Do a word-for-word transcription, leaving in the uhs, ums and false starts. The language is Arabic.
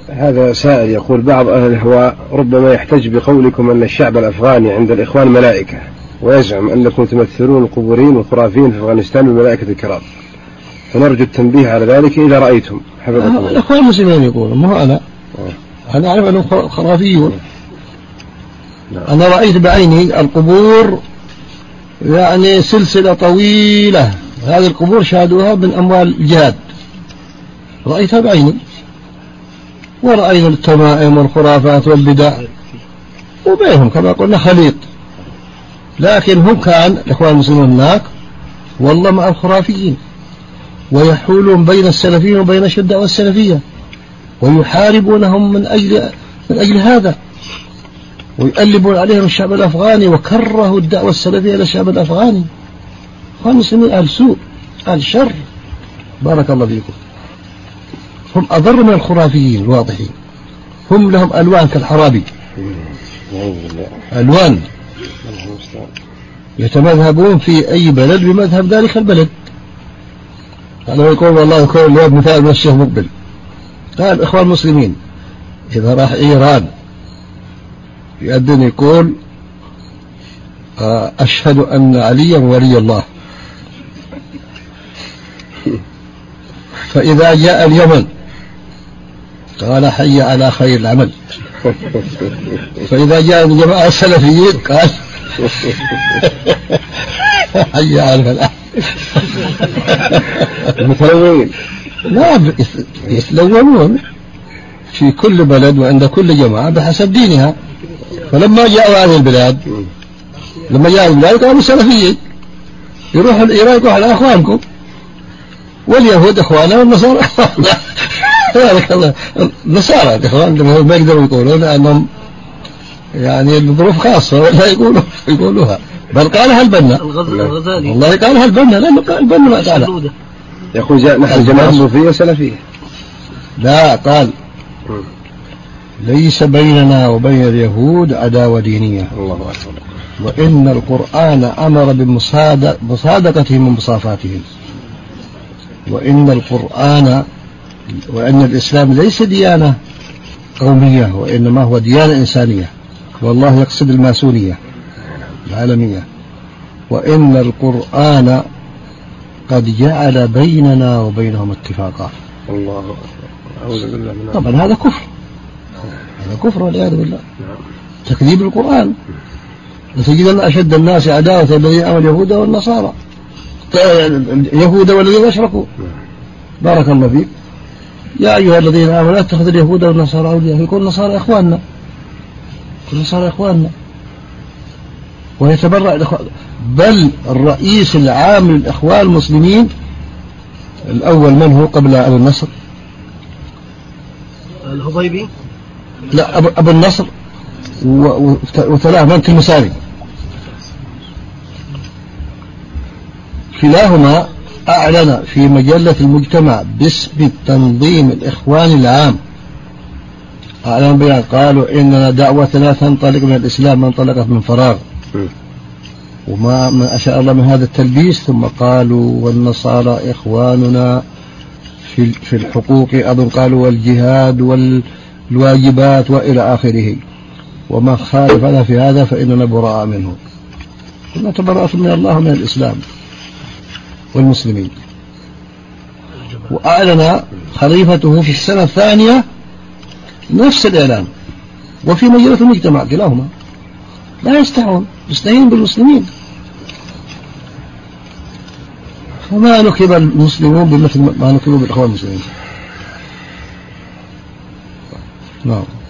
هذا سائل يقول بعض أهل الهواء ربما يحتج بقولكم أن الشعب الأفغاني عند الإخوان ملائكة، ويزعم أنكم تمثلون القبورين والخرافيين في أفغانستان بالملائكة الكرام، فنرجو التنبيه على ذلك إذا رأيتم. حفظكم الله. الإخوان المسلمين يقولوا، ما هو أنا أنا أعرف أنهم خرافيون. أنا رأيت بعيني القبور يعني سلسلة طويلة، هذه القبور شاهدوها من أموال الجهاد، رأيتها بعيني. ورأينا التمائم والخرافات والبدع، وبينهم كما قلنا خليط. لكن هم كان الإخوان المسلمين هناك والله مع الخرافيين، ويحولون بين السلفيين وبين الدعوة السلفية، ويحاربونهم من أجل من أجل هذا، ويقلبون عليهم الشعب الأفغاني، وكرهوا الدعوة السلفية إلى الشعب الأفغاني. الإخوان المسلمين أهل سوء، أهل شر، بارك الله فيكم. هم أضر من الخرافيين الواضحين، هم لهم ألوان كالحرابي، ألوان يتمذهبون في أي بلد بمذهب ذلك البلد. أنا يقول والله يكون اليوم مثال من الشيخ مقبل، قال إخوان المسلمين إذا راح إيران يؤذن يقول أشهد أن عليا ولي الله، فإذا جاء اليمن قال حي على خير العمل، فإذا جاء الجماعة السلفيين قال حي على الفلاح. المتلونين لا يتلونون في كل بلد وعند كل جماعة بحسب دينها. فلما جاءوا هذه البلاد، لما جاءوا البلاد قالوا سلفيين، يروحوا الإيران يقولوا على أخوانكم، واليهود أخوانا والنصارى أخوانا. بارك الله. النصارى الإخوان ما يقدروا يقولون لأنهم يعني الظروف خاصة ولا يقولوا يقولوها، بل قالها البنا. الغزالي والله قالها البنا، لأنه قال البنا ما قالها. يقول جاء نحن جماعة صوفية سلفية. لا، قال ليس بيننا وبين اليهود عداوة دينية، الله أكبر، وإن القرآن أمر بمصادقتهم ومصافاتهم، وإن القرآن وأن الإسلام ليس ديانة قومية وإنما هو ديانة إنسانية، والله يقصد الماسونية العالمية، وإن القرآن قد جعل بيننا وبينهم اتفاقا. الله أكبر. أعوذ بالله من طبعا هذا كفر، هذا كفر والعياذ بالله، تكذيب القرآن. لتجدن أشد الناس عداوة الذين آمنوا اليهود والنصارى، اليهود والذين أشركوا. بارك الله فيك. يا أيها الذين آمنوا لا تتخذوا اليهود والنصارى أولياء، يكون النصارى إخواننا، يكون النصارى إخواننا، ويتبرأ الإخوان. بل الرئيس العام للإخوان المسلمين الأول من هو قبل أبو النصر؟ الهضيبي؟ لا، أبو, أبو النصر وتلاه من تلمساني، كلاهما أعلن في مجلة المجتمع باسم التنظيم الإخواني العام، أعلن بها قالوا إننا دعوتنا تنطلق من الإسلام ما انطلقت من فراغ، وما ما أشاء الله من هذا التلبيس. ثم قالوا والنصارى إخواننا في في الحقوق، أظن قالوا والجهاد والواجبات وإلى آخره، وما خالف لنا في هذا فإننا براء منه. كنا تبرأت من الله ومن الإسلام والمسلمين. وأعلن خليفته في السنة الثانية نفس الإعلان، وفي مجلة المجتمع كلاهما. لا يستحون، يستهين بالمسلمين. فما نكب المسلمون بمثل ما نكبوا بالإخوان المسلمين. نعم.